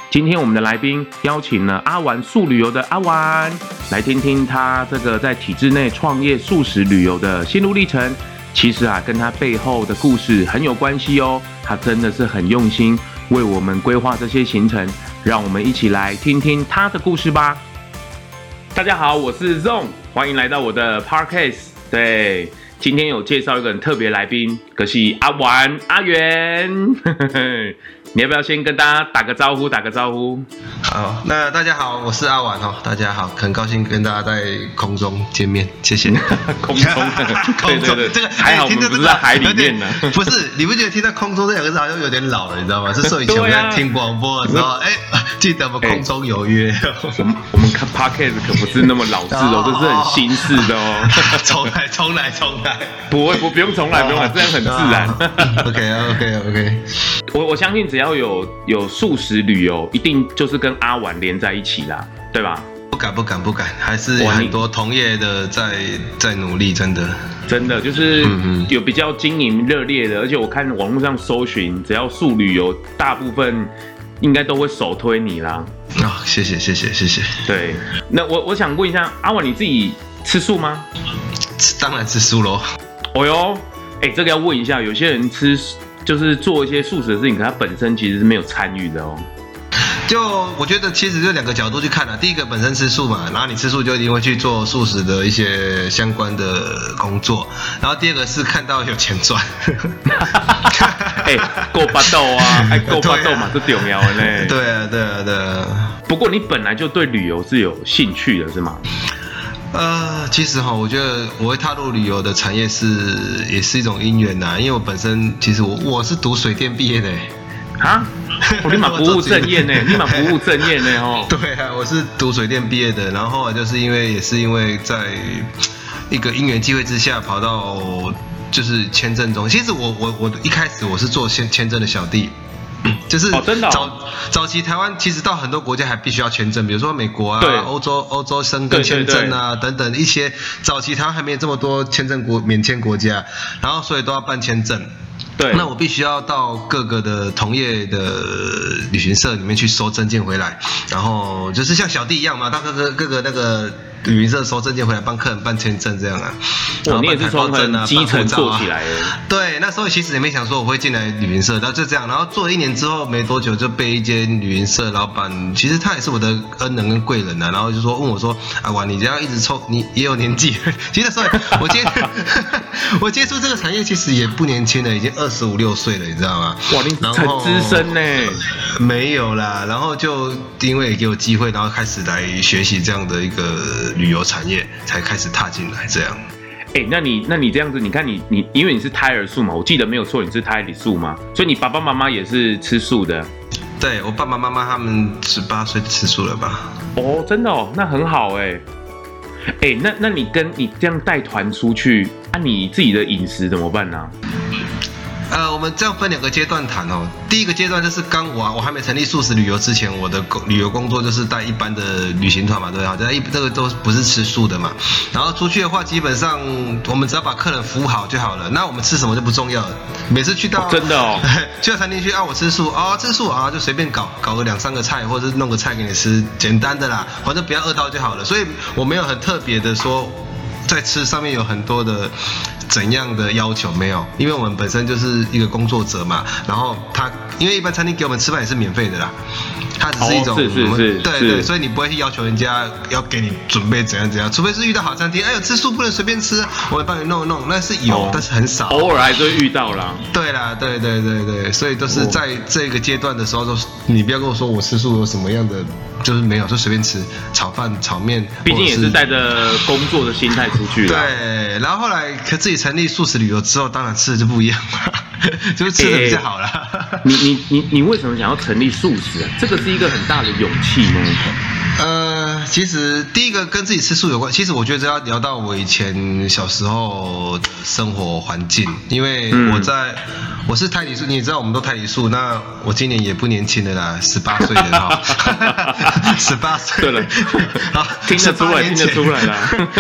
今天我们的来宾邀请了阿玩素旅游的阿玩，来听听他这个在体制内创业素食旅游的心路历程。其实跟他背后的故事很有关系哦。他真的是很用心为我们规划这些行程，让我们一起来听听他的故事吧。大家好，我是 Zong， 欢迎来到我的 Podcast。对，今天有介绍一个很特别来宾，可是阿玩阿元。你要不要先跟大家打个招呼？ 好，那大家好，我是阿玩哦。大家好，很高兴跟大家在空中见面，谢谢。 空中，对，这个还好，我们不是在海里面呢。 不是，你不觉得听到空中这两个字好像有点老了，你知道吗？是说以前我们在听广播的时候，记得我们空中有约。 我们看 Podcast 可不是那么老字哦，这是很新式的哦。 重来。 不用重来，这样很自然。 OK。 我相信只要有素食旅游，一定就是跟阿玩连在一起啦，对吧？ 不敢，还是很多同业的在努力，真的就是有比较经营热烈的，而且我看网络上搜寻，只要素旅游，大部分应该都会首推你啦。 谢谢。 对，那我想问一下，阿玩你自己吃素吗？ 当然吃素喽。 哦哟，这个要问一下，有些人就是做一些素食的事情，可他本身其实是没有参与的哦。 就我觉得其实就两个角度去看啦。第一个本身吃素嘛，然后你吃素就一定会去做素食的一些相关的工作。然后第二个是看到有钱赚。 够巴豆啊，够巴豆嘛，这重要的呢。 对啊。不过你本来就对旅游是有兴趣的，是吗？ 其实我觉得我会踏入旅游的产业也是一种因缘呐，因为我本身其实我是读水电毕业的。 你蛮不务正业呢，哦。 对啊，我是读水电毕业的，然后后来就是也是因为在一个因缘机会之下跑到就是签证中。其实我一开始我是做签证的小弟。就是真的早期台湾其实到很多国家还必须要签证，比如说美国啊、欧洲申根签证啊等等一些早期台湾还没有这么多免签国家，然后所以都要办签证。对，那我必须要到各个的同业的旅行社里面去收证件回来，然后就是像小弟一样嘛，到各个那个旅行社收证件回来，帮客人办签证这样啊。 你也是从很基层做起来的。 对，那时候其实也没想说我会进来旅行社，然后就这样，然后做了1年之后没多久就被一间旅行社老板，其实他也是我的恩人跟贵人啊，然后就问我说：“阿玩，你这样一直抽，你也有年纪。”其实那时候我接触这个产业其实也不年轻了，已经25、26岁了，你知道吗？ 哇，你很资深呢。 没有啦，然后就因为也给我机会，然后开始来学习这样的一个旅游产业，才开始踏进来这样。 那你这样子，你看你因为你是胎儿素嘛，我记得没有错，你是胎里素嘛，所以你爸爸妈妈也是吃素的。 对，我爸爸妈妈他们18岁吃素了吧？ 哦，真的哦，那很好那你这样带团出去你自己的饮食怎么办呢？ 我们这样分2个阶段谈哦。第一个阶段就是我还没成立素食旅游之前，我的旅游工作就是带一般的旅行团嘛，对吧？这个都不是吃素的嘛。然后出去的话，基本上我们只要把客人服务好就好了。那我们吃什么就不重要了。每次去到真的哦， 去到餐厅去我吃素吃素就随便搞个2、3个菜，或者是弄个菜给你吃，简单的啦，反正不要饿到就好了。所以我没有很特别的说在吃上面有很多的怎样的要求没有，因为我们本身就是一个工作者嘛，然后因为一般餐厅给我们吃饭也是免费的啦，它只是一种对，所以你不会去要求人家要给你准备怎样，除非是遇到好餐厅，吃素不能随便吃，我会帮你弄，那是有，但是很少， 偶尔还是会遇到啦。 对啦，对，所以都是在这个阶段的时候，你不要跟我说我吃素有什么样的，就是没有，就随便吃炒饭、炒面， 毕竟也是带着工作的心态出去啦。 对，然后后来自己成立素食旅游之后，当然吃的就不一样嘛，就是吃的比较好啦。 你为什么想要成立素食啊？这个是一个很大的勇气呢。 其实第一个跟自己吃素有关。其实我觉得要聊到我以前小时候的生活环境，因为我是胎里素，你也知道我们都胎里素，那我今年也不年轻了啦，18岁了哈，18岁。 对了，好，听得出来啦。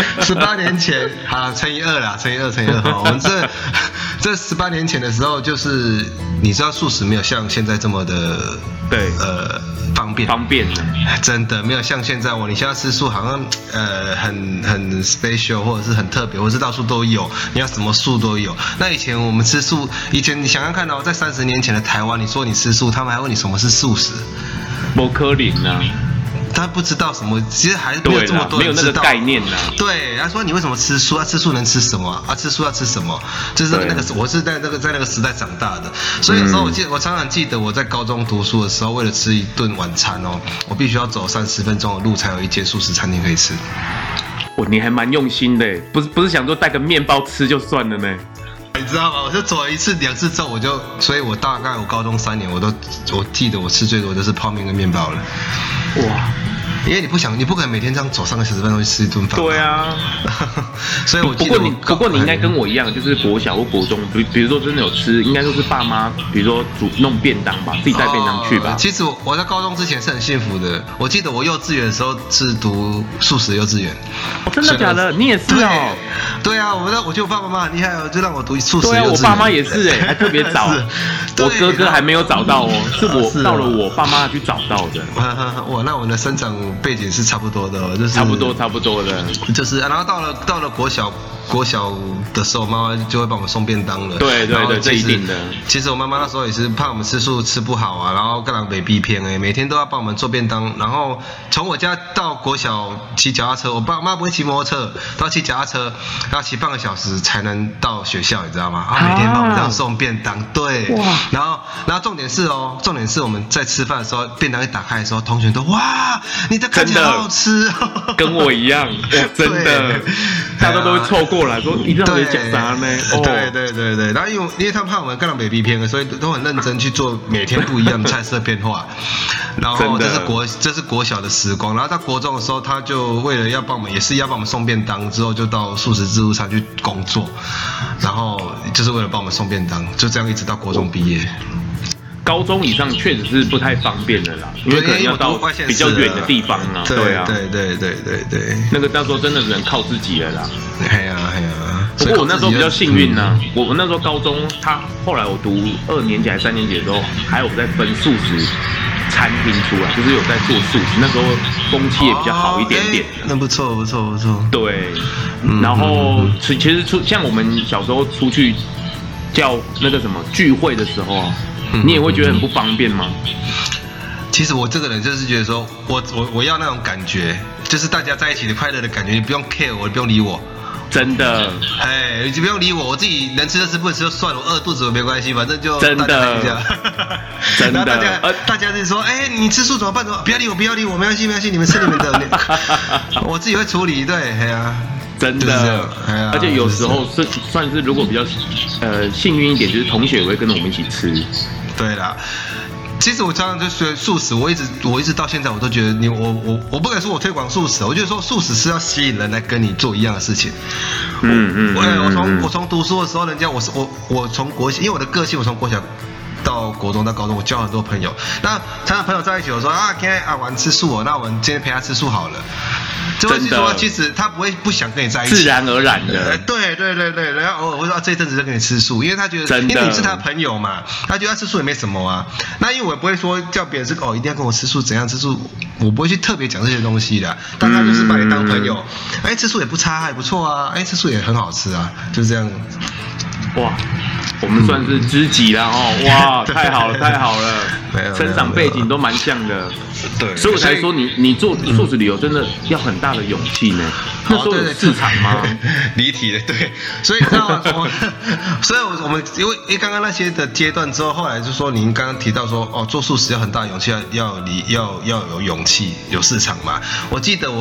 18年前，好乘以2啦，乘以2哈。我们这18年前的时候，就是你知道素食没有像现在这么的对方便的， 真的没有像现在你现在吃素好像很 special 或者是很特别，或者是到处都有，你要什么素都有。那以前我们吃素，以前你想想看在30年前的台湾，你说你吃素，他们还问你什么是素食， 不可能啊。 他不知道什么，其实还是没有这么多人知道， 没有那个概念呐。 对，他说你为什么吃素？吃素能吃什么？吃素要吃什么？就是我是在那个时代长大的，所以有时候我常常记得我在高中读书的时候，为了吃一顿晚餐我必须要走30分钟的路才有一间素食餐厅可以吃。 你还蛮用心的，不是想说带个面包吃就算了呢？ 你知道吗？我就走了1次2次之后，所以我大概我高中3年，我记得我吃最多就是泡面跟面包了。哇！因为你不可能每天这样走3个小时半钟去吃一顿饭。对啊。所以我记得不过你应该跟我一样，就是国小或国中，比如说真的有吃，应该都是爸妈，比如说弄便当吧，自己带便当去吧。 其实我在高中之前是很幸福的。我记得我幼稚园的时候是读素食幼稚园。 真的假的？你也是哦？ 对啊，我觉得我爸爸妈妈很厉害就让我读素食幼稚园。 对啊，我爸妈也是还特别早。我哥哥还没有找到是我到了我爸妈去找到的。 哇，那我们的生长背景是差不多的，就是差不多的， 就是然后到了国小的时候，妈妈就会帮我们送便当了。对， 这一定的。 其实我妈妈那时候也是怕我们吃素吃不好啊，然后跟人北逼偏每天都要帮我们做便当。然后从我家到国小骑脚踏车，我爸妈不会骑摩托车，都要骑脚踏车，要骑半个小时才能到学校，你知道吗？每天帮我们这样送便当，对。哇。然后重点是我们在吃饭的时候，便当一打开的时候，同学都哇，你的看起来好好吃跟我一样，真的，大家都会凑过来说你这样子讲啥呢？ 对，然后因为他们怕我们跟人北逼偏了，所以都很认真去做每天不一样的菜色变化。然后这是国小的时光，然后到国中的时候，他就为了要帮我们送便当，之后就到素食自助餐去工作，然后就是为了帮我们送便当，就这样一直到国中毕业。 高中以上确实是不太方便的啦，因为可能要到比较远的地方啊。对啊， 对， 那个到时候真的只能靠自己了啦。 嘿呀。 不过我那时候比较幸运啊，我那时候高中，后来我读2年级还是3年级的时候，还有在分素食餐厅出来，就是有在做素食，那时候风气也比较好一点点。 那不错。 对，然后其实像我们小时候出去叫那个什么聚会的时候，你也会觉得很不方便吗？ 其实我这个人就是觉得说，我要那种感觉，就是大家在一起的快乐的感觉，你不用 care 我，你不用理我。 真的， 你就不用理我，我自己能吃就吃，不能吃就算了，我饿肚子我没关系，反正就真的，真的。 然后大家就说，你吃素怎么办？不要理我，没关系，你们吃你们的，我自己会处理。对， 真的，而且有时候算是如果比较幸运一点，就是同学也会跟着我们一起吃。 对啦。其实我常常就学素食，我一直到现在我都觉得我不敢说我推广素食，我觉得说素食是要吸引人来跟你做一样的事情。我从读书的时候，人家我从国小，因为我的个性，我从国小到国中到高中，我交很多朋友。那常常朋友在一起，我说今天玩吃素那我们今天陪他吃素好了。就会说，其实他不想跟你在一起， 自然而然的。 对，然后偶尔会说这一阵子就跟你吃素，因为他觉得，因为你是他朋友嘛，他觉得他吃素也没什么啊。那因为我也不会说叫别人是一定要跟我吃素，怎样吃素，我不会去特别讲这些东西的。但他就是把你当朋友，吃素也不差，还不错啊，吃素也很好吃啊，就是这样。 哇，我们算是知己啦哇，太好了，成长背景都蛮像的，对，所以我才说你做素食旅游真的要很大的勇气呢。那时候有市场吗？ 离题了，对，所以你知道吗？所以我们因为刚刚那些的阶段之后，后来就说您刚刚提到说做素食要很大勇气，要有勇气，有市场嘛。我记得我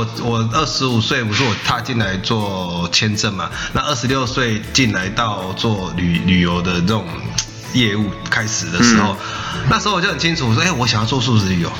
25岁，不是我踏进来做签证嘛，那26岁进来到做旅游的这种业务开始的时候，那时候我就很清楚说，我想要做素食旅游。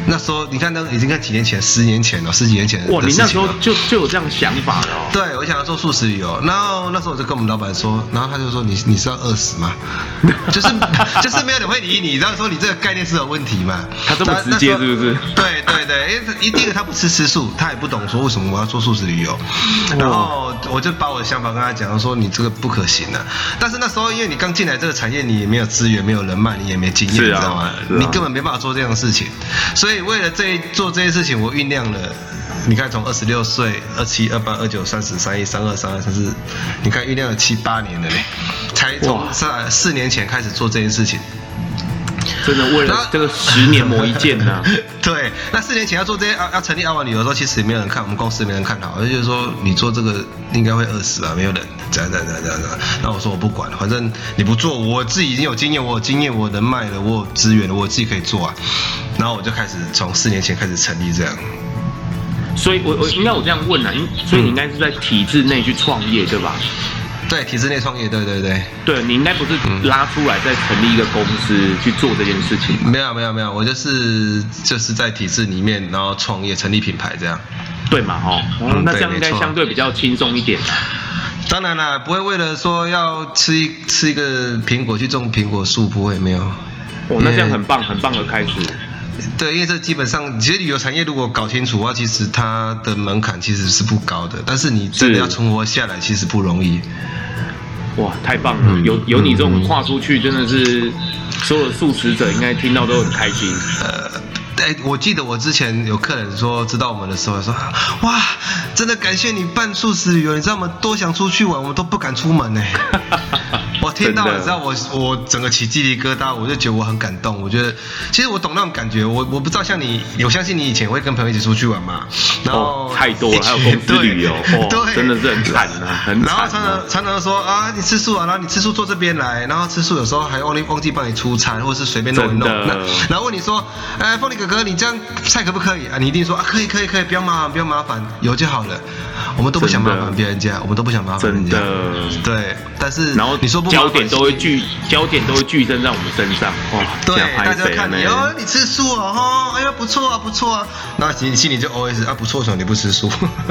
那时候你看已经看几年前，10年前了，10几年前的事情了。 哇，你那时候就有这样想法了哦。 对，我想要做素食旅游，然后那时候我就跟我们老板说，然后他就说你是要饿死吗？就是没有人会理你，然后说你这个概念是有问题嘛？ 他这么直接是不是？ 对，因为第一个他不吃素，他也不懂说为什么我要做素食旅游，然后我就把我的想法跟他讲，说你这个不可行啊。但是那时候因为你刚进来这个产业，你也没有资源，没有人脉，你也没经验，你知道吗？你根本没办法做这样的事情，所以为了做这些事情，我酝酿了。你看，从26岁、27、28、29、30、31、32、33、34，你看酝酿了7、8年了嘞，才从4年前开始做这件事情。 真的为了这个10年磨一剑呐、啊。 对，那4年前要做这些要成立阿玩旅游的时候，其实也没有人看，我们公司也没人看好，就是说你做这个应该会饿死啊，没有人这样。那我说我不管，反正你不做，我自己已经有经验，我有经验，我有人脉了，我有资源了，我自己可以做啊。然后我就开始从4年前开始成立这样。 所以我应该我这样问啊，所以你应该是在体制内去创业对吧？ 对，体制内创业，对。 对，你应该不是拉出来再成立一个公司去做这件事情。 没有，我就是在体制里面，然后创业成立品牌这样。 对嘛那这样应该相对比较轻松一点啊。 当然啦，不会为了说要吃一个苹果去种苹果树，不会没有。 那这样很棒的开始。 对，因为这基本上，其实旅游产业如果搞清楚的话，其实它的门槛其实是不高的，但是你真的要存活下来，其实不容易。 哇，太棒了！有你这种跨出去，真的是所有的素食者应该听到都很开心。 我记得我之前有客人说知道我们的时候说，哇，真的感谢你办素食旅游，你知道我们多想出去玩，我们都不敢出门呢。我听到了，你知道我整个起鸡皮疙瘩，我就觉得我很感动。我觉得其实我懂那种感觉，我不知道像你，我相信你以前会跟朋友一起出去玩嘛，然后太多了，还有公司旅游，对，真的是很惨啊，很惨。 然后常常说啊，你吃素啊，然后你吃素坐这边来，然后吃素有时候还忘记帮你出餐，或者是随便弄一弄。然后问你说，凤梨哥哥，你这样菜可不可以啊？你一定说啊，可以，不要麻烦，有就好了。我们都不想麻烦别人家，我们都不想麻烦人家。对，但是然后你说不焦点都会聚焦在我们身上，哇！ 对，大家看你哦，你吃素哦，哎呀不错啊，那你心里就 OS 啊，不错，什么你不吃素？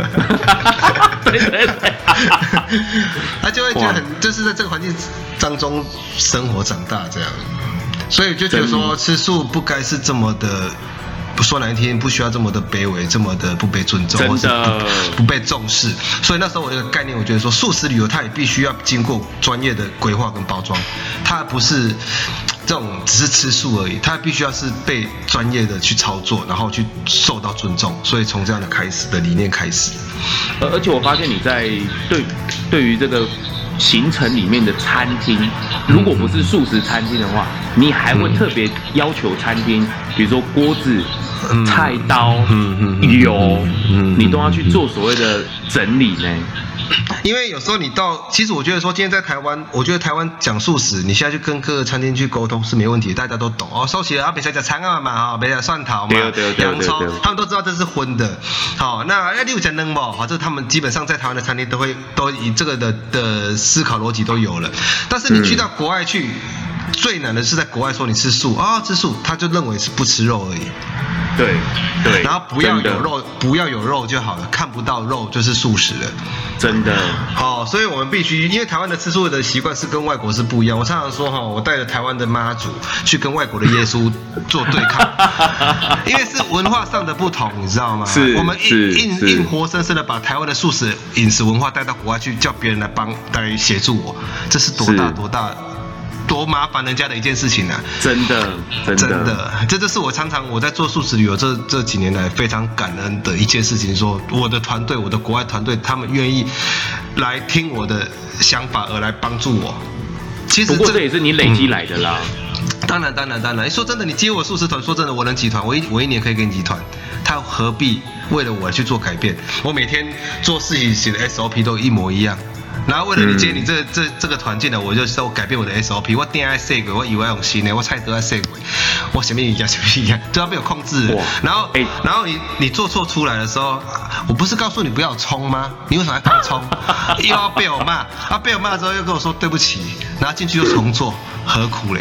对， 他就会觉得很，就是在这个环境当中生活长大这样，所以就觉得说吃素不该是这么的。不说难听，不需要这么的卑微，这么的不被尊重，或是不被重视。所以那时候我有一个概念，我觉得说素食旅游它也必须要经过专业的规划跟包装，它不是这种只是吃素而已，它必须要是被专业的去操作，然后去受到尊重。所以从这样的理念开始。 而且我发现你在对于这个行程里面的餐厅，如果不是素食餐厅的话，你还会特别要求餐厅，比如说锅子、菜刀、油，你都要去做所谓的整理呢。 因为有时候其实我觉得说今天在台湾，我觉得台湾讲素食，你现在去跟各个餐厅去沟通是没问题，大家都懂哦。收起了啊，别再讲葱啊嘛，别再蒜头嘛，洋葱，他们都知道这是荤的。好，那你有讲能不？好，这他们基本上在台湾的餐厅都以这个的思考逻辑都有了。但是你去到国外去，最难的是在国外说你吃素啊，吃素，他就认为是不吃肉而已。 对， 然后不要有肉就好了，看不到肉就是素食了， 真的。 好，所以我们必须，因为台湾的吃素的习惯是跟外国是不一样。我常常说我带着台湾的妈祖去跟外国的耶稣做对抗，因为是文化上的不同，你知道吗？我们硬活生生的把台湾的素食饮食文化带到国外去，叫别人来协助我，这是多麻烦人家的一件事情啊！真的，这就是我在做素食旅游这几年来非常感恩的一件事情。说我的团队，我的国外团队，他们愿意来听我的想法而来帮助我。其实不过这也是你累积来的啦。 当然，说真的，你接我素食团，说真的，我能集团，我一年可以给你集团，他何必为了我去做改变？我每天做事情写的 SOP 都一模一样。然后为了你接你这个团进来，我就说改变我的 SOP， 我定爱设过，我以为用新的，我菜都爱设过，我什么一样，都要被我控制。然后你做错出来的时候，我不是告诉你不要冲吗？你为什么还放冲？又要被我骂，被我骂之后又跟我说对不起，然后进去又重做，何苦嘞？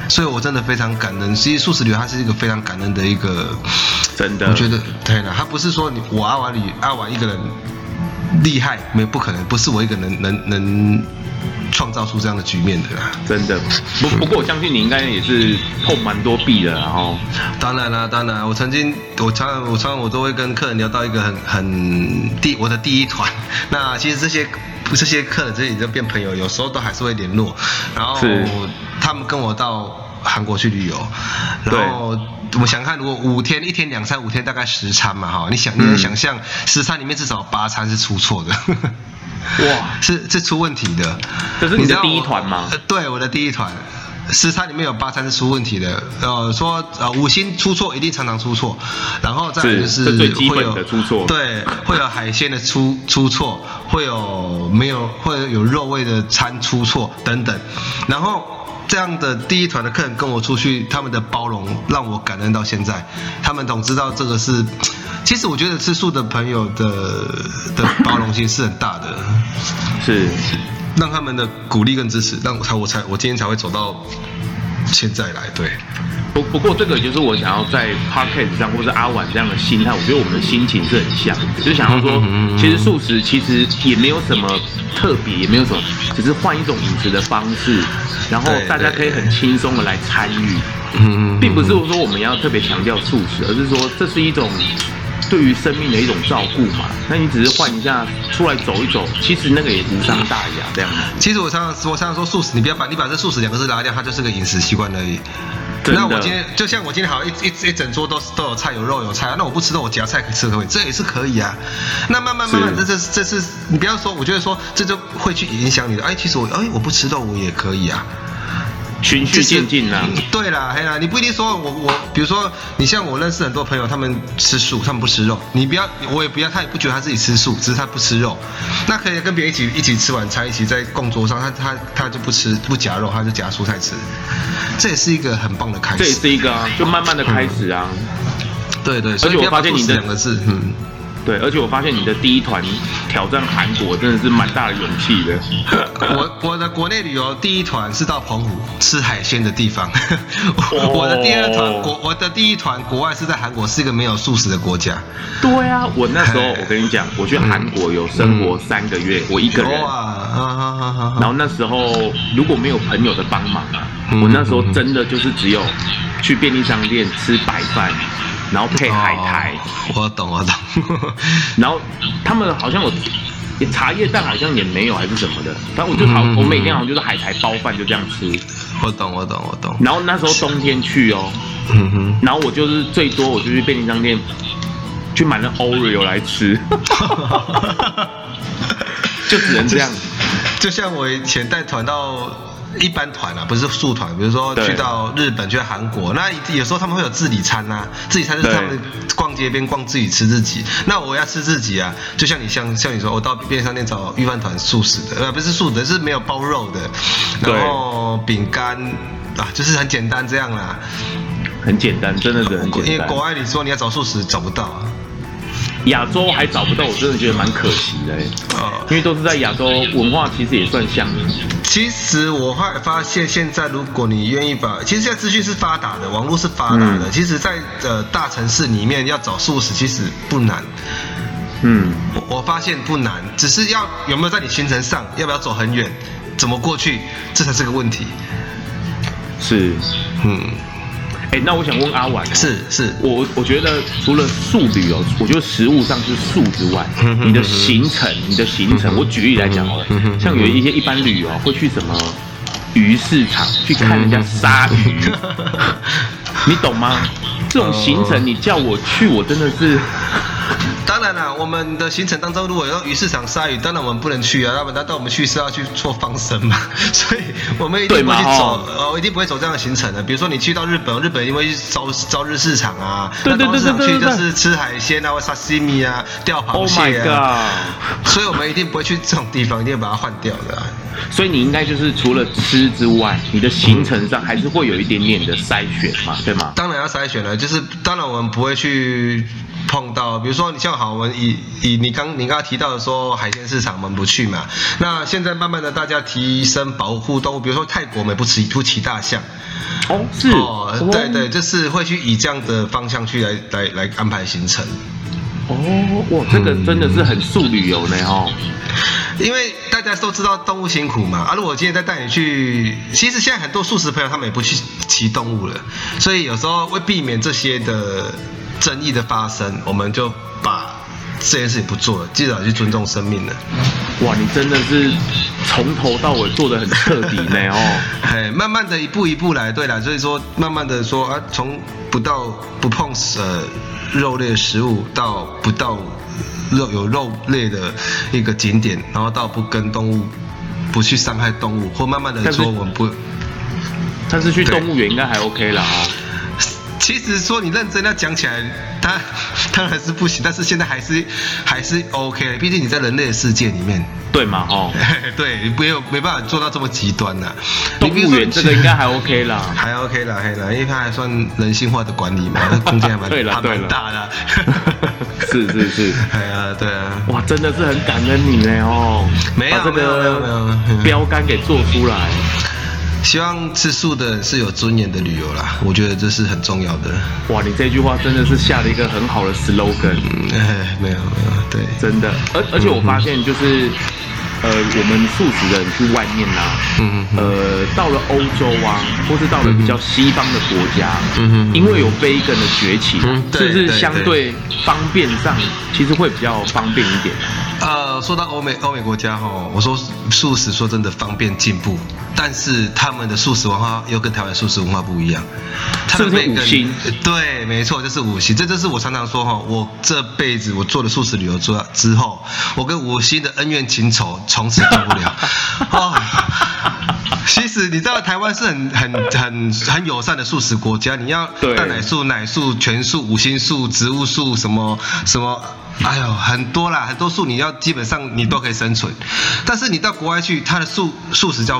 所以我真的非常感恩。其实素食旅游它是一个非常感恩的一个， 真的， 我觉得对了，它不是说我阿玩一个人厉害，不可能，不是我一个人能创造出这样的局面的啦。 真的，不过我相信你应该也是碰蛮多壁的，然后。 当然啦，当然，我常常我都会跟客人聊到一个我的第一团。那其实这些客人这里就变朋友，有时候都还是会联络。然后他们跟我到韩国去旅游，然后我们想看，如果5天1天2餐5天大概10餐嘛哈，你能想象10餐里面至少8餐是出错的。哇，是出问题的。 这是你的第一团吗？ 对，我的第一团。10餐里面有8餐是出问题的，说5星出错一定常常出错，然后再来就是最基本的出错， 对，会有海鲜的出错，会有肉味的餐出错等等，然后这样的第一团的客人跟我出去，他们的包容让我感恩到现在，他们懂知道这个是，其实我觉得吃素的朋友的包容性是很大的， 是。 让他们的鼓励跟支持，让我今天才会走到现在来。对， 不过这个就是我想要在 podcast 上或者阿婉这样的心态，我觉得我们的心情是很像，就是想要说，其实素食其实也没有什么特别，也没有什么，只是换一种饮食的方式，然后大家可以很轻松的来参与，并不是说我们要特别强调素食，而是说这是一种。对于生命的一种照顾嘛，那你只是换一下出来走一走，其实那个也无伤大雅这样子。 其实我常常说素食，你把这素食2个字拿掉，它就是个饮食习惯而已。那我今天就像我今天好一整桌都有菜有肉有菜，那我不吃肉我夹菜可以吃可不可以？这也是可以啊。那慢慢这是你不要说，我觉得说这就会去影响你的。其实我不吃肉我也可以啊。 循序渐进啊。 对啦，嘿啦，你不一定说我，比如说你像我认识很多朋友，他们吃素，他们不吃肉，我也不要，他也不觉得他自己吃素，只是他不吃肉，那可以跟别人一起吃晚餐，一起在供桌上，他就不夹肉，他就夹蔬菜吃，这也是一个很棒的开始。 这也是一个啊，就慢慢的开始啊。 对， 而且我发现你的 2个字， 对，而且我发现你的第一团挑战韩国真的是蛮大的勇气的。 我的国内旅游第一团是到澎湖吃海鲜的地方。我的第一团国外是在韩国，是一个没有素食的国家。 对啊，我那时候我跟你讲，我去韩国有生活3个月，我一个人。然后那时候如果没有朋友的帮忙啊，我那时候真的就是只有去便利商店吃白饭。然后配海苔， 我懂。 然后他们好像茶叶蛋好像也没有还是什么的，反正我每天好像就是海苔包饭就这样吃。 我懂。 然后那时候冬天去哦，然后我就是最多我就去便利商店去买了 Oreo 来吃，就只能这样。 就像我以前带团到。一般团啊，不是素团，比如说去到日本、去韩国，那有时候他们会有自理餐啊，自理餐就是他们逛街边逛自己吃自己。那我要吃自己啊，就像你说，我到便利商店找御饭团素食的，不是素的，是没有包肉的，然后饼干啊，就是很简单这样啦。 很简单，真的是很简单。 因为国外你说你要找素食找不到啊。 亚洲还找不到，我真的觉得蛮可惜的因为都是在亚洲，文化其实也算像。 其实我后来发现，现在如果你愿意其实现在资讯是发达的，网络是发达的，其实在大城市里面要找素食其实不难。我发现不难，只是有没有在你行程上，要不要走很远，怎么过去，这才是个问题。 是，那我想问阿婉， 是， 我觉得除了素旅游，我觉得食物上是素之外，你的行程，我举例来讲像有一些一般旅游会去什么鱼市场去看人家杀鱼，你懂吗？这种行程你叫我去，我真的是。 当然啦，我们的行程当中如果有鱼市场杀鱼，当然我们不能去啊，难道我们去是要去做放生嘛？所以我们一定不会去走，一定不会走这样的行程的。比如说你去到日本一定会去朝日市场啊，那朝日市场去就是吃海鲜啊，或沙西米啊，钓螃蟹啊。所以我们一定不会去这种地方，一定要把它换掉的。 所以你应该就是除了吃之外，你的行程上还是会有一点点的筛选嘛，对吗？ 当然要筛选了，就是当然我们不会去碰到，比如说你像好，我们以你刚刚提到的说海鲜市场我们不去嘛，那现在慢慢的大家提升保护动物，比如说泰国我们不骑大象。 哦，是哦，对对，就是会去以这样的方向去来安排行程。 哦，哇，这个真的是很素旅游呢哦。 因为大家都知道动物辛苦嘛，如果我今天再带你去，其实现在很多素食朋友他们也不去骑动物了，所以有时候为避免这些的争议的发生，我们就把这件事情不做了，至少去尊重生命了。 哇，你真的是从头到尾做得很彻底呢哦。 慢慢的一步一步来，对啦，所以说慢慢的说啊，从不碰肉类的食物到不到有肉类的一个景点，然后到不跟动物不去伤害动物，或慢慢的说我们不。 但是去动物园应该还 OK 啦哦。 其实说你认真要讲起来，它当然是不行，但是现在还是 OK 的，毕竟你在人类的世界里面。 对嘛哦。 对，没办法做到这么极端啦。 动物园这个应该还 OK 啦。 还 OK 啦，因为它还算人性化的管理嘛，空间还蛮大的。 是。 对啊。 哇，真的是很感恩你呢哦。 没有把这个标杆给做出来。 希望吃素的人是有尊严的旅游啦，我觉得这是很重要的。 哇，你这句话真的是下了一个很好的 slogan。 没有，对， 真的，而且我发现就是，我们素食的人去外面啊，到了欧洲啊，或是到了比较西方的国家，因为有 vegan 的崛起，是不是相对方便上其实会比较方便一点？ 说到欧美国家哈，我说素食说真的方便进步，但是他们的素食文化又跟台湾素食文化不一样。他们是五星？ 对，没错，就是五星。这就是我常常说哈，我这辈子我做了素食旅游之后，我跟五星的恩怨情仇从此断不了。其实你知道台湾是很友善的素食国家，你要蛋奶素、奶素、全素、五星素、植物素什么，哎呦很多啦，很多素你要基本上你都可以生存。但是你到国外去，它的素食叫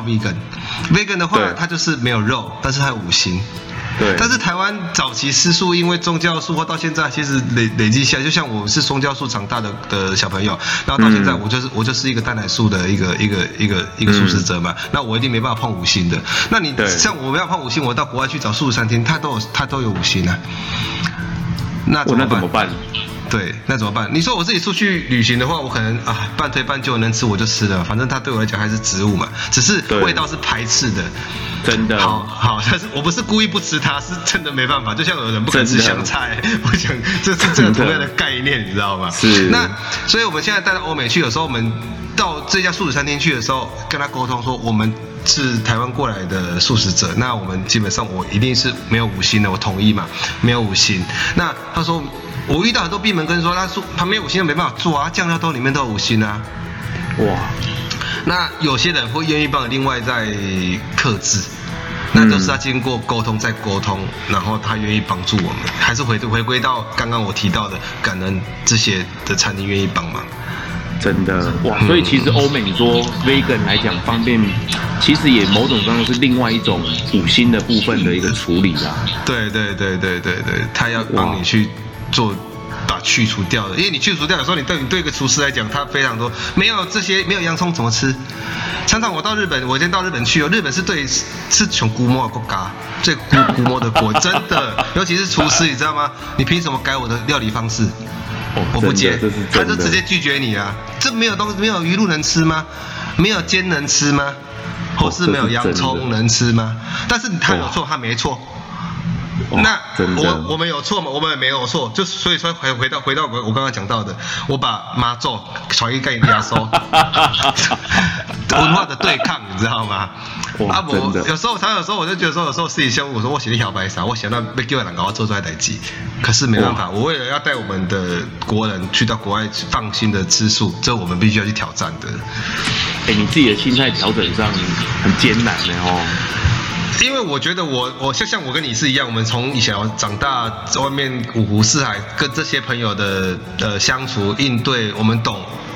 vegan 的话，它就是没有肉，但是它有五星。对，但是台湾早期吃素，因为宗教素或到现在其实累积下来，就像我是宗教素长大的小朋友，然后到现在我就是一个蛋奶素的一个素食者嘛，那我一定没办法碰五星的。那你像我们要碰五星，我到国外去找素食餐厅，它都有五星啊，那怎么办？对，那怎么办？你说我自己出去旅行的话，我可能半推半就能吃我就吃了，反正它对我来讲还是植物嘛，只是味道是排斥的。真的。好，但是我不是故意不吃它，是真的没办法。就像有人不肯吃香菜，我想这是这个同样的概念，你知道吗？是。那所以我们现在带到欧美去，有时候我们到这家素食餐厅去的时候，跟他沟通说我们是台湾过来的素食者，那我们基本上我一定是没有五星的，我同意嘛，没有五星。那他说。我遇到很多闭门羹说，他没有五星都没办法做啊，酱料都里面都有五星啊。哇，那有些人会愿意帮你另外再客制，那就是他经过沟通再沟通，然后他愿意帮助我们，还是回归到刚刚我提到的感恩这些的餐厅愿意帮忙。真的哇，所以其实欧美你说 vegan 来讲方便，其实也某种程度是另外一种五星的部分的一个处理啦。对，他要帮你去做把去除掉的，因为你去除掉的时候，你对一个厨师来讲，他非常多没有这些没有洋葱怎么吃？常常我到日本，我今天到日本去日本是穷估摸的国家，最估摸的国，真的，尤其是厨师，你知道吗？你凭什么改我的料理方式？我不接，他就直接拒绝你啊！这没有东西，没有鱼露能吃吗？没有煎能吃吗？或是没有洋葱能吃吗？但是他有错，他没错。那我们有错吗？我们也没有错，就所以说回到我刚刚讲到的，我把妈祖传一概压缩，文化的对抗，你知道吗？我有时候我就觉得说，有时候自己想，我说我写的小白啥，我想到被叫人搞做出来代志，可是没办法，我为了要带我们的国人去到国外放心的吃素，这我们必须要去挑战的。你自己的心态调整上很艰难的哦。因为我觉得我像我跟你是一样，我们从以前长大，外面五湖四海，跟这些朋友的相处应对，我们懂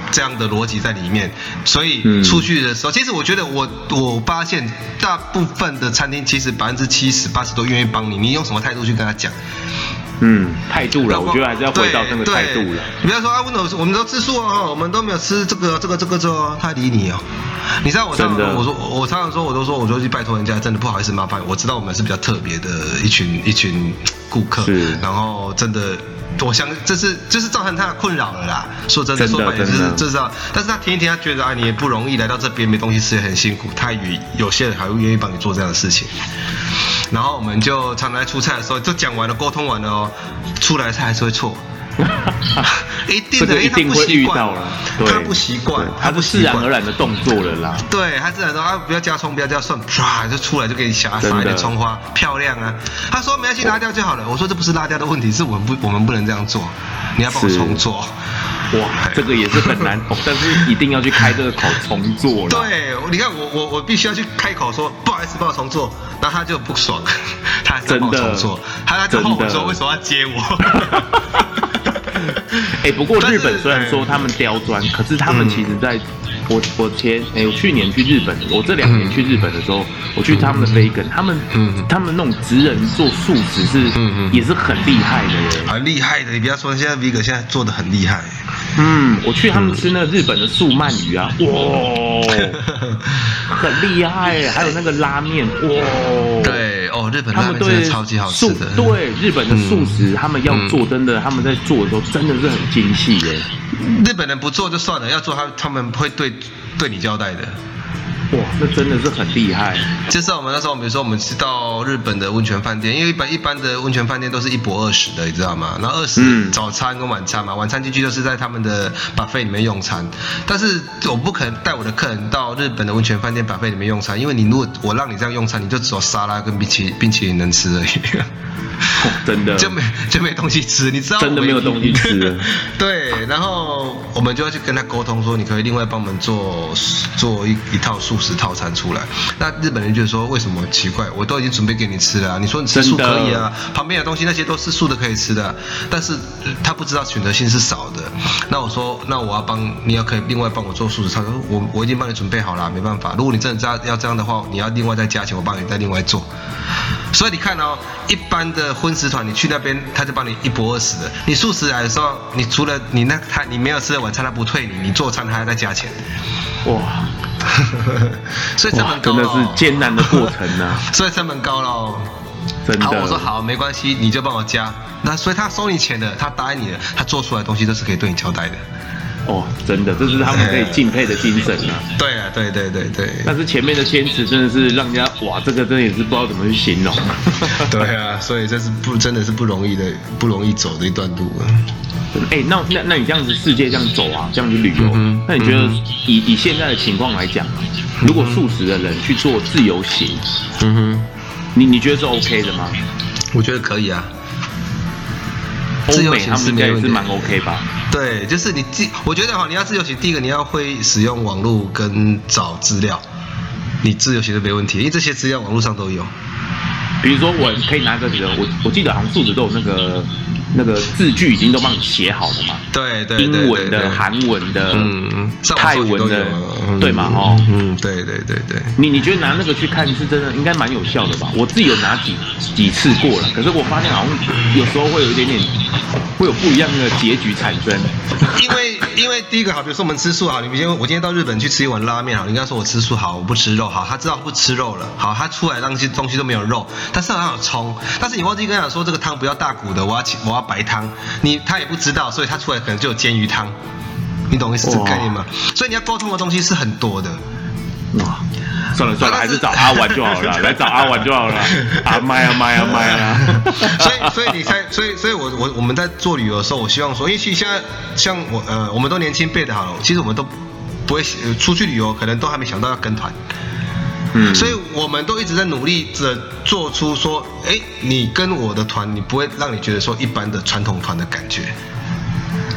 这样的逻辑在里面，所以出去的时候，其实我觉得我发现大部分的餐厅其实70%、80%都愿意帮你，你用什么态度去跟他讲？ 态度了，我觉得还是要回到那个态度了。 你不要说啊，我们都吃素哦，我们都没有吃这个哦，他理你哦。你知道我常常说，我就去拜托人家，真的不好意思麻烦。我知道我们是比较特别的一群顾客，然后真的。我想就是造成他的困扰了啦。说真的，说白了就是这样。但是他听一听，他觉得啊，你也不容易来到这边，没东西吃也很辛苦。他有些人还会愿意帮你做这样的事情。然后我们就常常在出菜的时候，就讲完了，沟通完了哦，出来的菜还是会错。一定的，因为他不习惯，他不习惯， 他是自然而然的动作了啦。 对，他自然说啊，不要加葱，不要加蒜，唰就出来就给你撒一点葱花，漂亮啊。他说没关系，拉掉就好了。我说这不是拉掉的问题，是我们不能这样做，你要帮我重做。 哇，这个也是很难，但是一定要去开这个口重做了。 对，你看我必须要去开口说不好意思，帮我重做，然后他就不爽，他还是帮我重做，他就后悔说为什么要接我。 不过日本虽然说他们刁钻，可是他们其实在我去年去日本，我这2年去日本的时候，我去他们的 vegan， 他们那种职人做素食也是很厉害的耶， 很厉害的。你不要说现在 vegan 现在做的很厉害。 我去他们吃那个日本的素鳗鱼啊，哇，很厉害，还有那个拉面，哇， 对哦，日本拉面真的超级好吃的。 对，日本的素食，他们要做真的，他们在做的时候真的是很精细耶。 日本人不做就算了，要做他们会对你交代的。 哇，那真的是很厉害。 就是我们那时候，比如说我们去到日本的温泉饭店，因为一般的温泉饭店都是1博20的，你知道吗？然后20早餐跟晚餐嘛，晚餐进去就是在他们的 buffet 里面用餐。但是我不可能带我的客人到日本的温泉饭店 buffet 里面用餐，因为如果我让你这样用餐，你就只有沙拉跟冰淇淋能吃而已。 真的就没东西吃，你知道？ 真的没有东西吃了。 对，然后我们就要去跟他沟通说，你可以另外帮我们做一套素食套餐出来。那日本人就说为什么奇怪？我都已经准备给你吃了，你说你吃素可以啊，旁边的东西那些都是素的可以吃的，但是他不知道选择性是少的。那我说，那我要你要可以另外帮我做素食套餐，我已经帮你准备好了，没办法。如果你真的要这样的话，你要另外再加钱，我帮你再另外做。所以你看哦，一般的荤食团你去那边，他就帮你1博20的。你素食来的时候，你除了你没有吃的晚餐，他不退你做餐他还在加钱。哇，所以成本高了， 真的是艰难的过程啊。 所以成本高了。 真的。 好，我说好，没关系，你就帮我加。那所以他收你钱的，他答应你的，他做出来的东西都是可以对你交代的。 哦，真的，这是他们可以敬佩的精神啊！ 对啊，对。 但是前面的坚持真的是让人家哇，这个真的也是不知道怎么去形容。 对啊，所以这是真的是不容易走的一段路啊。 那你这样子世界这样走啊，这样去旅游，那你觉得以现在的情况来讲，如果素食的人去做自由行，你觉得是 OK 的吗？ 我觉得可以啊。 欧美他们应该也是蛮 OK 吧？ 对，就是我觉得你要自由行，第一个你要会使用网络跟找资料，你自由行就没问题，因为这些资料网络上都有。 比如说我可以拿个我记得好像素食都有那个字句已经都帮你写好了嘛。 对， 英文的、韩文的、泰文的，对嘛？ 对。 你觉得拿那个去看是真的应该蛮有效的吧？我自己有拿几次过了，可是我发现好像有时候会有一点点会有不一样的结局产生。 因为第一个好，比如说我们吃素好，我今天到日本去吃一碗拉面好，你跟他说我吃素好，我不吃肉好，他知道不吃肉了，好，他出来那些东西都没有肉，但是好像有葱，但是你忘记跟他讲说这个汤不要大骨的，我要白汤，他也不知道，所以他出来可能就有煎鱼汤，你懂意思这个概念吗？所以你要沟通的东西是很多的。 哇，算了，还是找阿玩就好了，来找阿玩就好了。麦啊！所以我们在做旅游的时候，我希望说，因为其实现在像我们都年轻辈的好了，其实我们都不会出去旅游，可能都还没想到要跟团。所以我们都一直在努力着做出说，你跟我的团，你不会让你觉得说一般的传统团的感觉。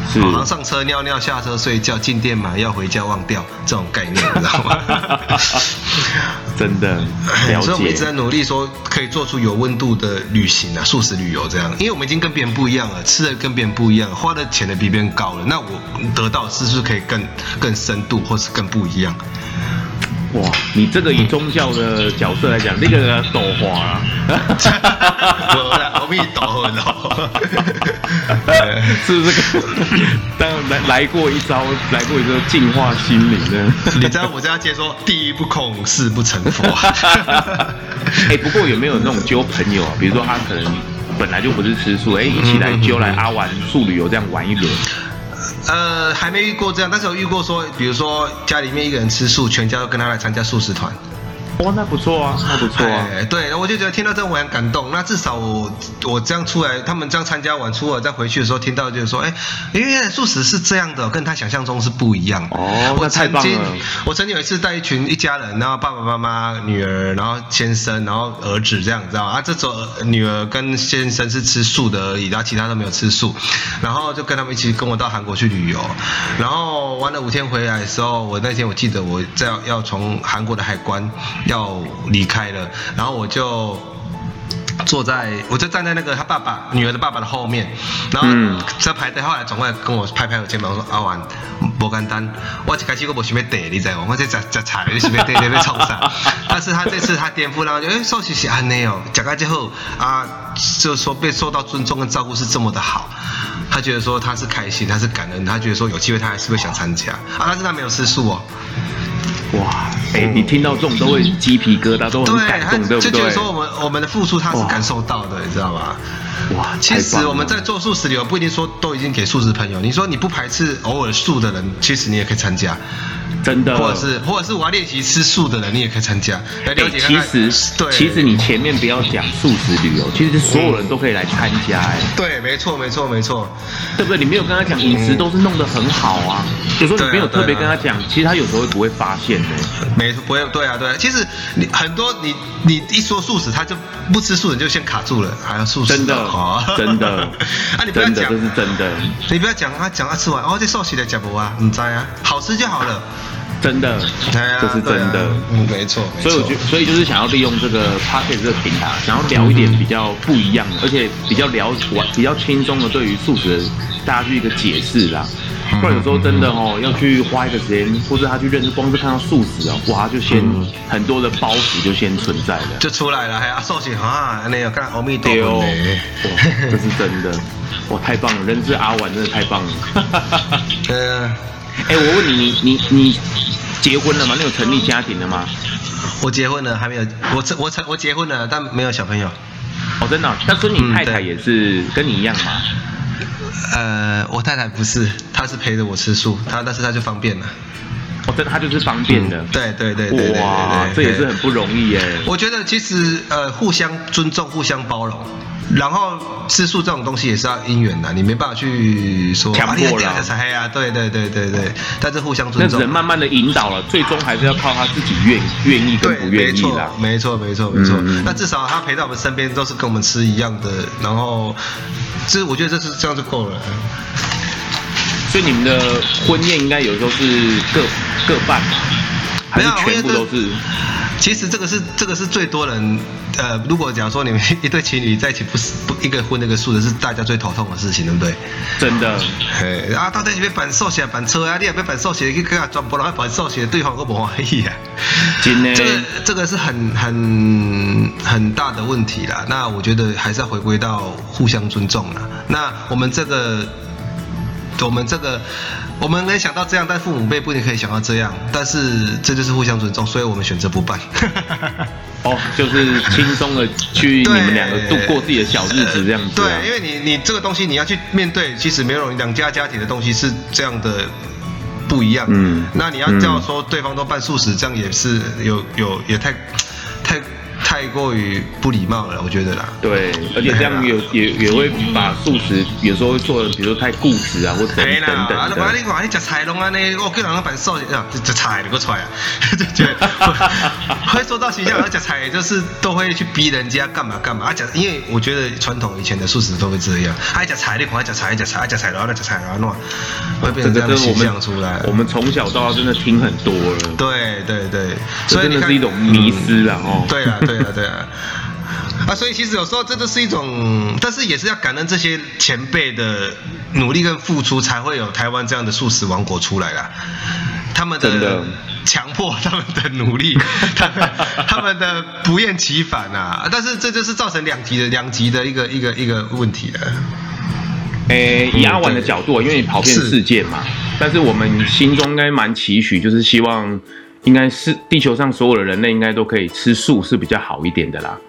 好像上车尿尿，下车睡觉，进店买要回家忘掉这种概念，你知道吗？ 真的，了解。 所以我们一直在努力说可以做出有温度的旅行啊，素食旅游这样，因为我们已经跟别人不一样了，吃的跟别人不一样，花的钱的比别人高了，那我得到是不是可以更深度，或是更不一样？ 哇，你这个以宗教的角色来讲，那个斗花啊， 我啦，我们斗了， 是不是？当然来过一招净化心灵的。 你知道我这样接说，第一不空，事不成佛。 不过有没有那种揪朋友啊？比如说他可能本来就不是吃素，一起来揪来阿玩素旅游这样玩一轮。 还没遇过这样，但是有遇过说，比如说家里面一个人吃素，全家都跟他来参加素食团。 哦，那不错啊，那不错啊。 对，我就觉得听到这我很感动。那至少我这样出来，他们这样参加完出来再回去的时候，听到就是说，因为素食是这样的，跟他想象中是不一样。 哦，那太棒了。 我曾经有一次带一家人，然后爸爸妈妈、女儿，然后先生，然后儿子这样，知道吗？这种女儿跟先生是吃素的而已，然后其他都没有吃素，然后就跟他们一起跟我到韩国去旅游，然后玩了5天回来的时候，我那天我记得我要从韩国的海关要离开了，然后我就站在那个他女儿的爸爸的后面，然后在排队，后来转过来跟我拍我肩膀，说阿玩不简单，我一开始我没想要逮，你知道吗？我这吃菜你想要逮被冲上，但是他这次他颠覆，然后就寿喜是安内哦，吃到最后啊，就说被受到尊重跟照顾是这么的好，他觉得说他是开心，他是感恩，他觉得说有机会他还是会想参加啊，但是他没有吃素哦。 哇，你听到这种都会鸡皮疙瘩，都很感动，对不对？ 就觉得说我们的付出他是感受到的，你知道吗？哇，其实我们在做素食旅游不一定说都已经给素食朋友，你说你不排斥偶尔素的人，其实你也可以参加。 真的， 或者是我要练习吃素的人，你也可以参加来了解看看。 其实你前面不要讲素食旅游，其实所有人都可以来参加。 对，没错， 对不对？你没有跟他讲饮食都是弄得很好啊，有时候你没有特别跟他讲，其实他有时候不会发现的。 不会，对啊。其实你很多你一说素食，他就不吃素，你就先卡住了，还要素食。 真的，真的。 啊，你不要讲， 这是真的。 你不要讲他吃完这寿喜的吃不啊，唔知啊，好吃就好了。 真的，这是真的， 没错。 所以就是想要利用这个 Podcast 这个平台，想要聊一点比较不一样的，而且比较轻松的对于素食的大家去一个解释啦。不然有时候真的要去花一个时间，或者他去认识，光是看到素食哇，就先很多的包袱就先存在了， 就出来了。寿喜啊，那有看阿弥陀佛， 这是真的，哇，太棒了！认识阿玩真的太棒了。我问你结婚了吗？你有成立家庭了吗？ 我结婚了，还没有。我结婚了，但没有小朋友。 哦，真的但是你太太也是跟你一样吗？ 我太太不是，她是陪着我吃素，但是她就方便了。 哦，她就是方便的。 对。 哇，这也是很不容易耶。 我觉得其实互相尊重，互相包容。然后吃素这种东西也是要因缘的，你没办法去说强迫了。 对，但是互相尊重。 那只能慢慢的引导了，最终还是要靠他自己愿意跟不愿意啦。 没错。那至少他陪在我们身边，都是跟我们吃一样的，然后我觉得这样就够了。 所以你们的婚宴应该有时候是各半嘛，还是全部都是？ 其实这个是最多人，如果假如说你们一对情侣在一起不一个荤一个素的，是大家最头痛的事情，对不对？ 真的。 到底是要办寿喜还办车啊？你也要办寿喜，去跟全部人要办寿喜，对方都不欢喜啊。 真的。 这个是很大的问题啦。那我觉得还是要回归到互相尊重啦。那我们这个。我们能想到这样，但父母辈不一定可以想到这样，但是这就是互相尊重，所以我们选择不办。 就是轻松的去你们两个度过自己的小日子这样子。 对，因为你这个东西你要去面对，其实没有两家家庭的东西是这样的不一样。那你要叫说对方都办素食，这样也是也太太过于不礼貌了，我觉得啦。 对，而且这样也会把素食有时候会做的，比如说太固执啊，或等等的。 啊，你讲你吃菜拢安尼，我叫人办寿喜，吃菜就给我出来啊，就觉得会塑造形象，而吃菜就是都会去逼人家干嘛干嘛啊，因为我觉得传统以前的素食都会这样，爱吃菜，你看爱吃菜，爱吃菜，爱吃菜，然后再吃菜，然后弄，会变成这样的形象出来。 我们从小到大真的听很多了。 对， 所以真的是一种迷思啦哦。 对啊。啊，所以其实有时候这都是一种，但是也是要感恩这些前辈的努力跟付出，才会有台湾这样的素食王国出来啦。他们的强迫，他们的努力，他们的不厌其烦啊。但是这就是造成两极的一个问题了。 以阿玩的角度，因为你跑遍世界嘛，但是我们心中应该蛮期许，就是希望应该是地球上所有的人类应该都可以吃素，是比较好一点的啦。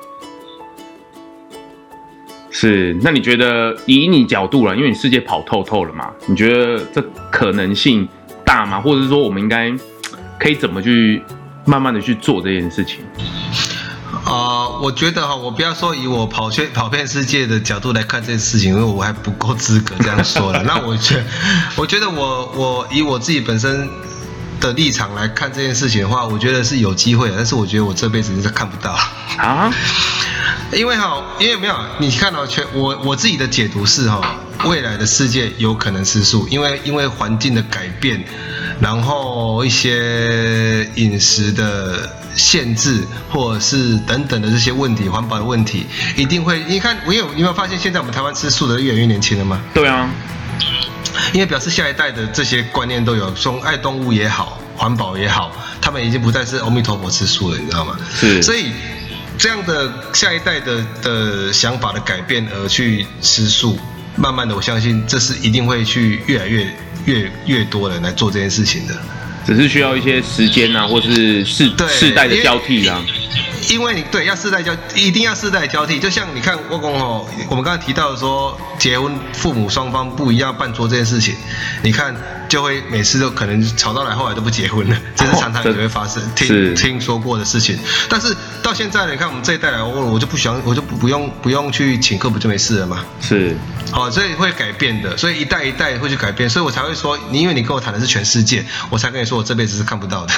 是，那你觉得以你角度啦，因为你世界跑透透了嘛，你觉得这可能性大吗？或者是说我们应该可以怎么去慢慢的去做这件事情？ 我觉得我不要说以我跑遍世界的角度来看这件事情，因为我还不够资格这样说了。那我觉得我以我自己本身的立场来看这件事情的话，我觉得是有机会的，但是我觉得我这辈子是看不到啊。因为没有你看到我自己的解读是未来的世界有可能吃素，因为环境的改变，然后一些饮食的限制或者是等等的这些问题，环保的问题一定会。你看你有没有发现现在我们台湾吃素的越来越年轻了吗？ 对啊， 因为表示下一代的这些观念都有，从爱动物也好，环保也好，他们已经不再是阿弥陀佛吃素了，你知道吗？是，所以这样的下一代的想法的改变而去吃素，慢慢的我相信这是一定会去越来越多人来做这件事情的， 只是需要一些时间啊，或是世代的交替啊。 因为要一定要世代交替，就像你看我们刚才提到的说，结婚父母双方不一样办桌这件事情，你看就会每次都可能吵到来，后来都不结婚了，这是常常也会发生，听说过的事情。但是到现在你看我们这一代来，我就不用去请客，不就没事了吗？是，所以会改变的，所以一代一代会去改变，所以我才会说，因为你跟我谈的是全世界，我才跟你说我这辈子是看不到的，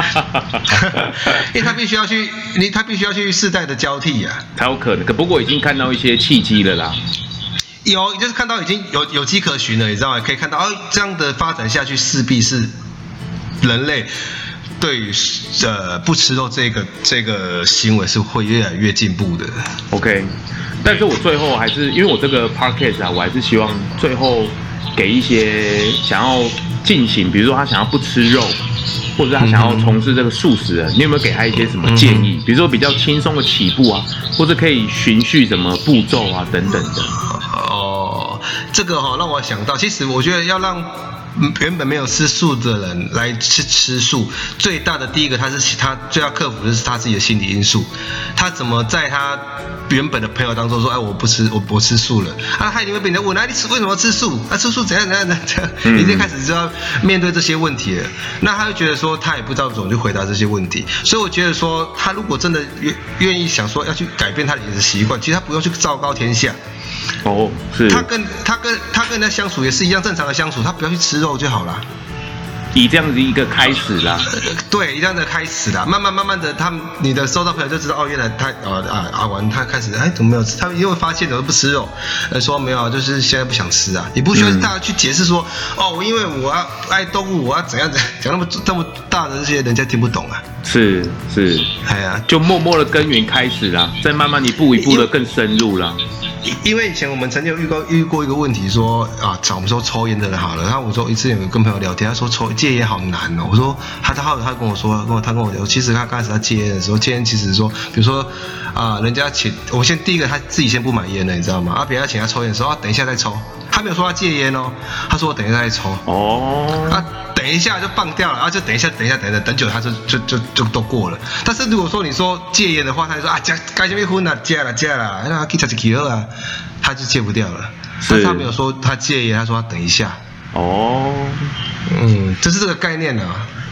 因为他必须要去世代的交替啊， 才有可能。不过已经看到一些契机了啦。 就是看到已经有迹可循了，你知道吗？可以看到这样的发展下去，势必是人类对于不吃肉这个行为是会越来越进步的。OK， 但是我最后还是因为我这个 podcast 啊，我还是希望最后给一些想要进行，比如说他想要不吃肉，或者他想要从事这个素食人，你有没有给他一些什么建议？比如说比较轻松的起步啊，或者可以循序什么步骤啊等等的。 这个让我想到，其实我觉得要让原本没有吃素的人来吃素，最大的第一个他最要克服的是他自己的心理因素，他怎么在他原本的朋友当中说，我不吃，我吃素了，他一定会被人家问，你为什么吃素？吃素怎样，你就开始就要面对这些问题了。那他就觉得说，他也不知道怎么去回答这些问题，所以我觉得说，他如果真的愿意想说要去改变他的饮食习惯，其实他不用去昭告天下。是。他跟人家相处也是一样正常的相处，他不要去吃肉就好了。 以这样子一个开始啦， 对，以这样的开始啦，慢慢的，你的收到朋友就知道，原来他阿玩他开始怎么没有吃？他因为发现怎么不吃肉，说没有，就是现在不想吃啊。你不需要大家去解释说，因为我要爱动物，我要怎样讲这么大的这些人家听不懂啊。是， 就默默的根源开始啦，再慢慢一步一步的更深入啦。 因为以前我们曾经有遇过一个问题，说我们说抽烟的人好了，然后我说之前有跟朋友聊天，他说戒烟好难哦。我说他跟我说，他跟我聊，其实他刚开始他戒烟的时候，戒烟其实说，比如说人家我先第一个他自己先不买烟了，你知道吗？别人请他抽烟的时候，等一下再抽，他没有说他戒烟哦，他说我等一下再抽。等一下就放掉了，就等一下，等久了他就都过了。但是如果说你说戒烟的话，他就说该什么婚啊，戒了，那可以吃几颗啊，他就戒不掉了。但是他没有说他戒烟，他说他等一下。这是这个概念啊。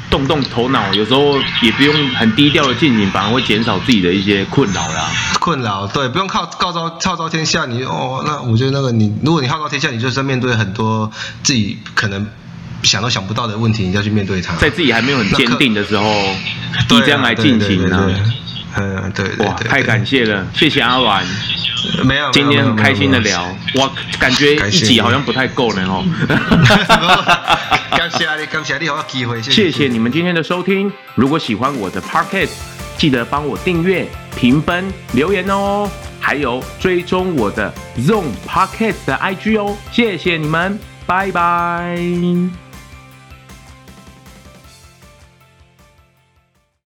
动头脑，有时候也不用很低调的进行，反而会减少自己的一些困扰啦。 困扰，对，不用号召天下，那我觉得如果你号召天下，你就是面对很多自己可能想都想不到的问题，你要去面对它。 在自己还没有很坚定的时候，以这样来进行呢。 对， 哇，太感谢了，谢谢阿丸。 没有， 今天很开心的聊，哇，感觉一集好像不太够呢哦。 感谢你，好机会， 谢谢你们今天的收听。如果喜欢我的 Podcast， 记得帮我订阅、评分、留言哦，还有追踪我的 Zone Podcast 的 IG 哦。谢谢你们，拜拜。